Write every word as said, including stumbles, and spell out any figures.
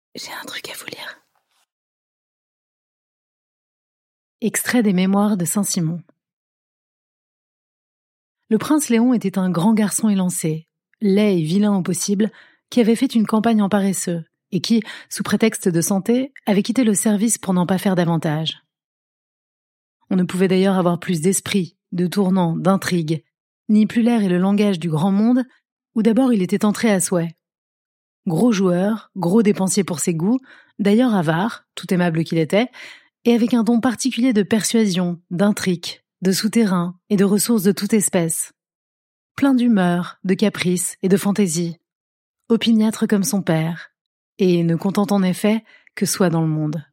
J'ai un truc à vous lire. Extrait des Mémoires de Saint-Simon. Le prince Léon était un grand garçon élancé, laid et vilain au possible, qui avait fait une campagne en paresseux, et qui, sous prétexte de santé, avait quitté le service pour n'en pas faire davantage. On ne pouvait d'ailleurs avoir plus d'esprit, de tournant, d'intrigue, ni plus l'air et le langage du grand monde, où d'abord il était entré à souhait. Gros joueur, gros dépensier pour ses goûts, d'ailleurs avare, tout aimable qu'il était, et avec un don particulier de persuasion, d'intrigue, de souterrain et de ressources de toute espèce. Plein d'humeur, de caprices et de fantaisie. Opiniâtre comme son père, et ne content en effet que soit dans le monde.